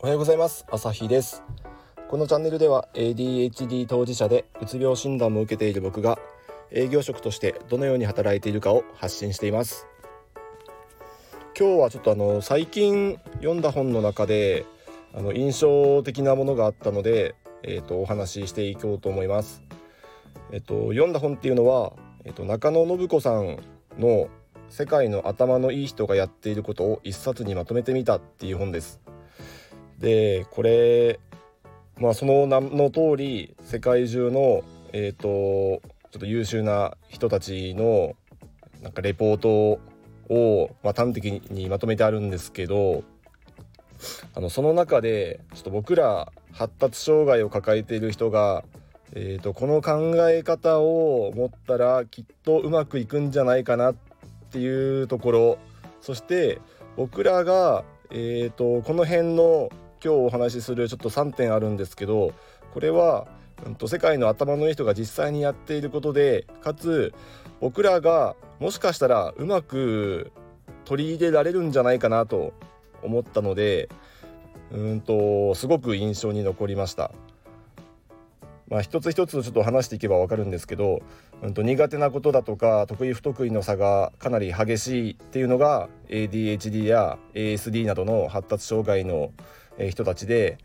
おはようございます。朝日です。このチャンネルでは ADHD 当事者でうつ病診断も受けている僕が営業職としてどのように働いているかを発信しています。今日はちょっと最近読んだ本の中で印象的なものがあったので、お話ししていこうと思います。読んだ本っていうのは、中野信子さんの世界の頭のいい人がやっていることを一冊にまとめてみたっていう本です。でこれその名の通り世界中のちょっと優秀な人たちのレポートを端的にまとめてあるんですけど、その中でちょっと僕ら発達障害を抱えている人がこの考え方を持ったらきっとうまくいくんじゃないかなっていうところ、そして僕らがこの辺の今日お話しするちょっと3点あるんですけど、これは世界の頭のいい人が実際にやっていることで、かつ僕らがもしかしたらうまく取り入れられるんじゃないかなと思ったので、すごく印象に残りました。一つ一つちょっと話していけば分かるんですけど、苦手なことだとか得意不得意の差がかなり激しいっていうのが ADHD や ASD などの発達障害の人たちで、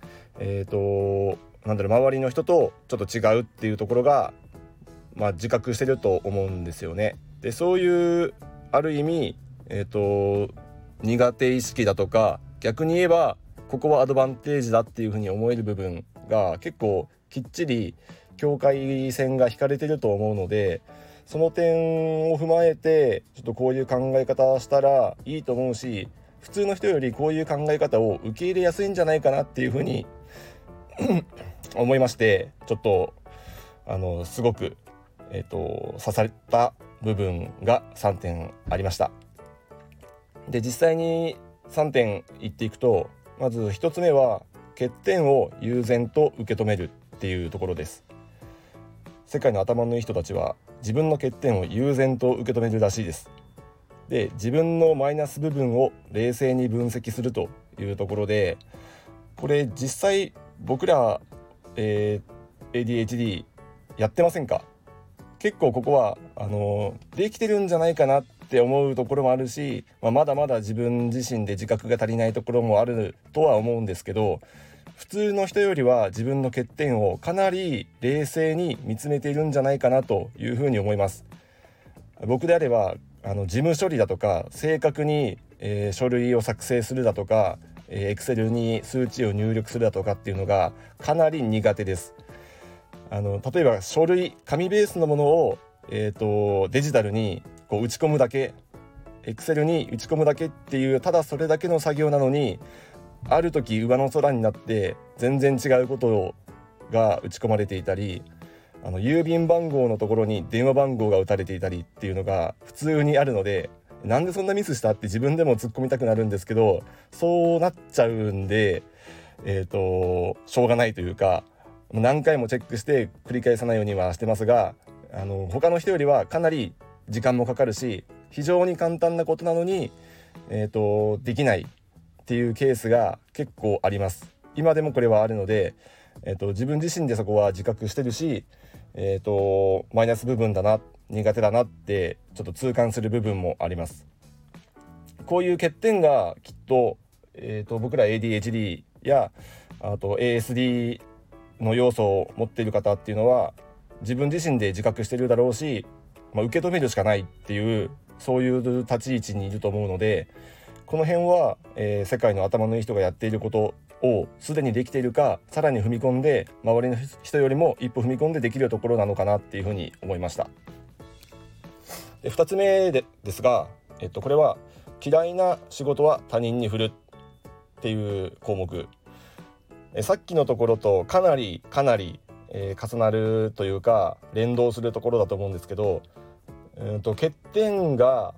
周りの人とちょっと違うっていうところが、自覚してると思うんですよね。でそういうある意味、苦手意識だとか、逆に言えばここはアドバンテージだっていうふうに思える部分が結構きっちり境界線が引かれてると思うので、その点を踏まえてちょっとこういう考え方したらいいと思うし、普通の人よりこういう考え方を受け入れやすいんじゃないかなっていうふうに思いまして、ちょっとすごく、刺された部分が3点ありました。で実際に3点言っていくと、まず1つ目は欠点を悠然と受け止めるっていうところです。世界の頭のいい人たちは自分の欠点を悠然と受け止めるらしいです。で自分のマイナス部分を冷静に分析するというところで、これ実際僕ら、ADHD やってませんか？結構ここはできてるんじゃないかなって思うところもあるし、まだまだ自分自身で自覚が足りないところもあるとは思うんですけど、普通の人よりは自分の欠点をかなり冷静に見つめているんじゃないかなというふうに思います。僕であれば事務処理だとか正確に、書類を作成するだとか、Excel に数値を入力するだとかっていうのがかなり苦手です。例えば書類、紙ベースのものを、デジタルに打ち込むだけ、Excel に打ち込むだけっていう、ただそれだけの作業なのに、ある時上の空になって全然違うことが打ち込まれていたり、郵便番号のところに電話番号が打たれていたりっていうのが普通にあるので、なんでそんなミスしたって自分でも突っ込みたくなるんですけど、そうなっちゃうんで、しょうがないというか、何回もチェックして繰り返さないようにはしてますが、他の人よりはかなり時間もかかるし、非常に簡単なことなのに、できないっていうケースが結構あります。今でもこれはあるので、自分自身でそこは自覚してるし、マイナス部分だな、苦手だなってちょっと痛感する部分もあります。こういう欠点がきっと、僕ら ADHD やあと ASD の要素を持っている方っていうのは自分自身で自覚してるだろうし、受け止めるしかないっていう、そういう立ち位置にいると思うので、この辺は、世界の頭のいい人がやっていることをすでにできているか、さらに踏み込んで周りの人よりも一歩踏み込んでできるところなのかなっていうふうに思いました。で2つ目ですが、これは嫌いな仕事は他人に振るっていう項目、さっきのところとかなり、重なるというか連動するところだと思うんですけど、欠点が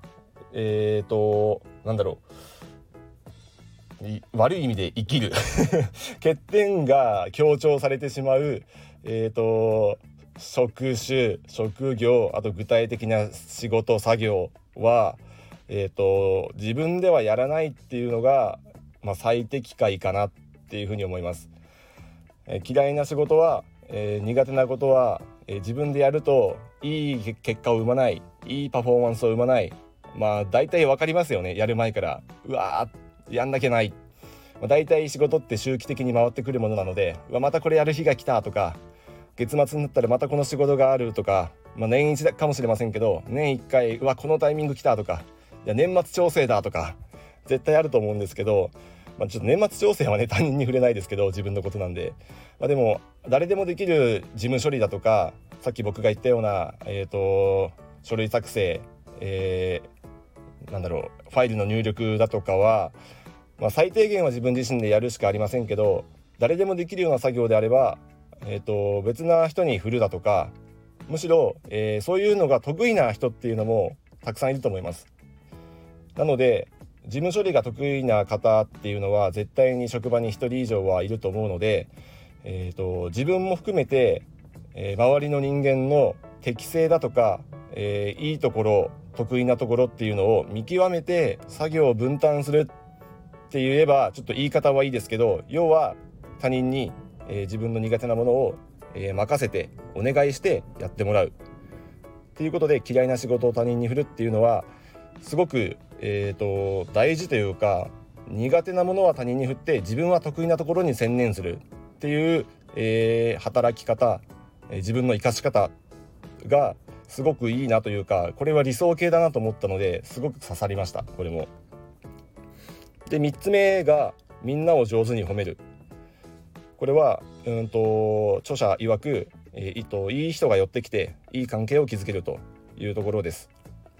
悪い意味で生きる欠点が強調されてしまう、職種、職業、あと具体的な仕事、作業は、自分ではやらないっていうのが、最適解かなっっていうふうに思います。嫌いな仕事は、苦手なことは、自分でやるといい結果を生まない、いいパフォーマンスを生まない。大体分かりますよね。やる前からうわーやんなきゃない。大体仕事って周期的に回ってくるものなので、またこれやる日が来たとか、月末になったらまたこの仕事があるとか、年一かもしれませんけど、年1回このタイミング来たとか、いや年末調整だとか絶対あると思うんですけど、ちょっと年末調整はね、他人に触れないですけど、自分のことなんで、でも誰でもできる事務処理だとか、さっき僕が言ったような、書類作成、ファイルの入力だとかは、最低限は自分自身でやるしかありませんけど、誰でもできるような作業であれば、別な人に振るだとか、むしろ、そういうのが得意な人っていうのもたくさんいると思います。なので事務処理が得意な方っていうのは絶対に職場に1人以上はいると思うので、自分も含めて、周りの人間の適性だとか、いいところ得意なところっていうのを見極めて作業を分担するって言えばちょっと言い方はいいですけど、要は他人に、自分の苦手なものを、任せてお願いしてやってもらうっていうことで、嫌いな仕事を他人に振るっていうのはすごく、大事というか、苦手なものは他人に振って自分は得意なところに専念するっていう、働き方、自分の生かし方がすごくいいなというか、これは理想形だなと思ったので、すごく刺さりました。これもで、3つ目がみんなを上手に褒める。これは著者曰く、いい人が寄ってきていい関係を築けるというところです。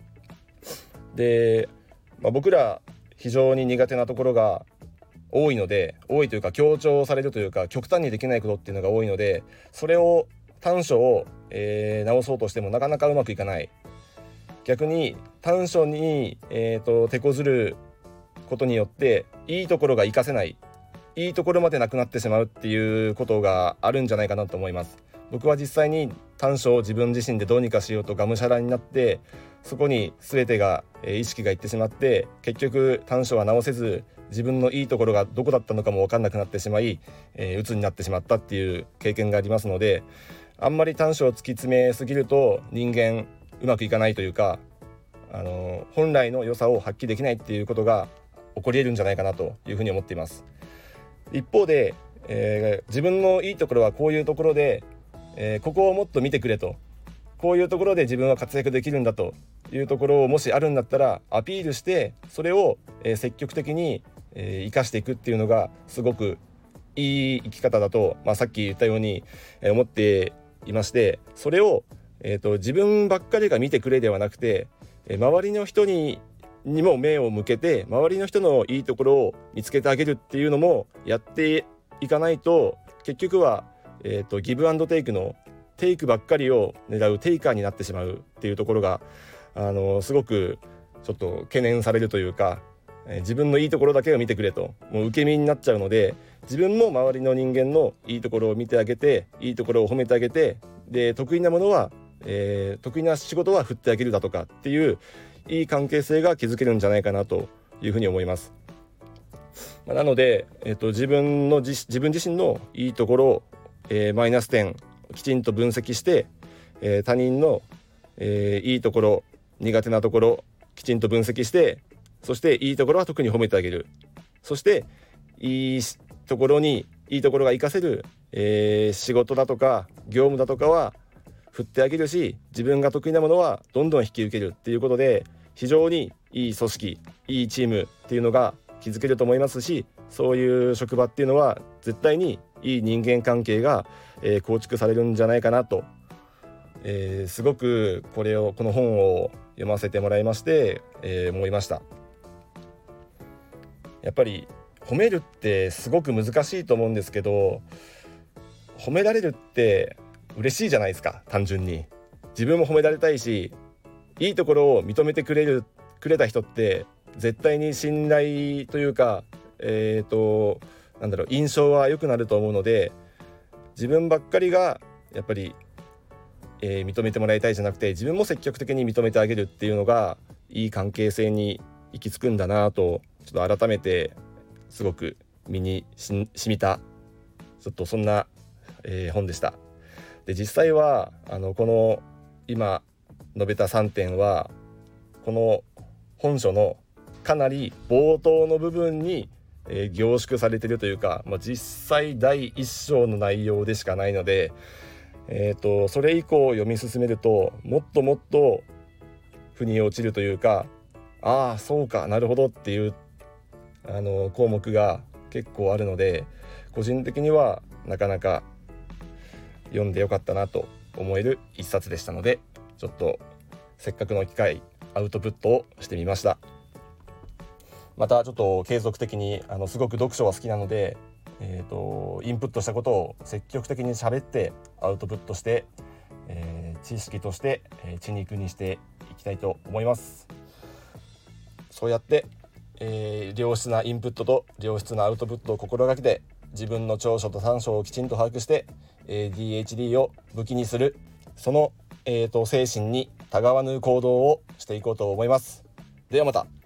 で、僕ら非常に苦手なところが多いというか、強調されるというか、極端にできないことっていうのが多いので、それを短所を、直そうとしてもなかなかうまくいかない。逆に短所に、手こずることによっていいところが活かせない、いいところまでなくなってしまうっていうことがあるんじゃないかなと思います。僕は実際に短所を自分自身でどうにかしようとがむしゃらになって、そこに全てが意識がいってしまって、結局短所は直せず、自分のいいところがどこだったのかも分かんなくなってしまい、鬱になってしまったっていう経験がありますので、あんまり短所を突き詰めすぎると人間うまくいかないというか、本来の良さを発揮できないっていうことが起こり得るんじゃないかなというふうに思っています。一方で、自分のいいところはこういうところで、ここをもっと見てくれと、こういうところで自分は活躍できるんだというところをもしあるんだったらアピールして、それを、積極的に、生かしていくっていうのがすごくいい生き方だと、さっき言ったように、思っていまして、それを、自分ばっかりが見てくれではなくて、周りの人にも目を向けて、周りの人のいいところを見つけてあげるっていうのもやっていかないと、結局は、ギブアンドテイクのテイクばっかりを狙うテイカーになってしまうっていうところが、すごくちょっと懸念されるというか、自分のいいところだけを見てくれと、もう受け身になっちゃうので、自分も周りの人間のいいところを見てあげて、いいところを褒めてあげて、で得意なものは、得意な仕事は振ってあげるだとかっていういい関係性が築けるんじゃないかなというふうに思います。なので、自分自身のいいところを、マイナス点きちんと分析して、他人の、いいところ、苦手なところきちんと分析して、そしていいところは特に褒めてあげる。そしていいところにいいところが活かせる、仕事だとか業務だとかは振ってあげるし、自分が得意なものはどんどん引き受けるっていうことで、非常にいい組織、いいチームっていうのが築けると思いますし、そういう職場っていうのは絶対にいい人間関係が、構築されるんじゃないかなと、すごくこの本を読ませてもらいまして、思いました。やっぱり褒めるってすごく難しいと思うんですけど、褒められるって嬉しいじゃないですか。単純に自分も褒められたいし、いいところを認めてくれた人って絶対に信頼というか、印象は良くなると思うので、自分ばっかりがやっぱり、認めてもらいたいじゃなくて、自分も積極的に認めてあげるっていうのがいい関係性に行き着くんだなと、ちょっと改めてすごく身に染みたちょっとそんな、本でした。で実際はこの今述べた3点はこの本書のかなり冒頭の部分に、凝縮されているというか、実際第1章の内容でしかないので、それ以降読み進めるともっともっと腑に落ちるというか、ああそうかなるほどっていう項目が結構あるので、個人的にはなかなか読んでよかったなと思える一冊でしたので、ちょっとせっかくの機会アウトプットをしてみました。またちょっと継続的にすごく読書は好きなので、インプットしたことを積極的に喋ってアウトプットして、知識として血肉にしていきたいと思います。そうやって、良質なインプットと良質なアウトプットを心がけて自分の長所と短所をきちんと把握して、ADHD を武器にするその、精神にたがわぬ行動をしていこうと思います。ではまた。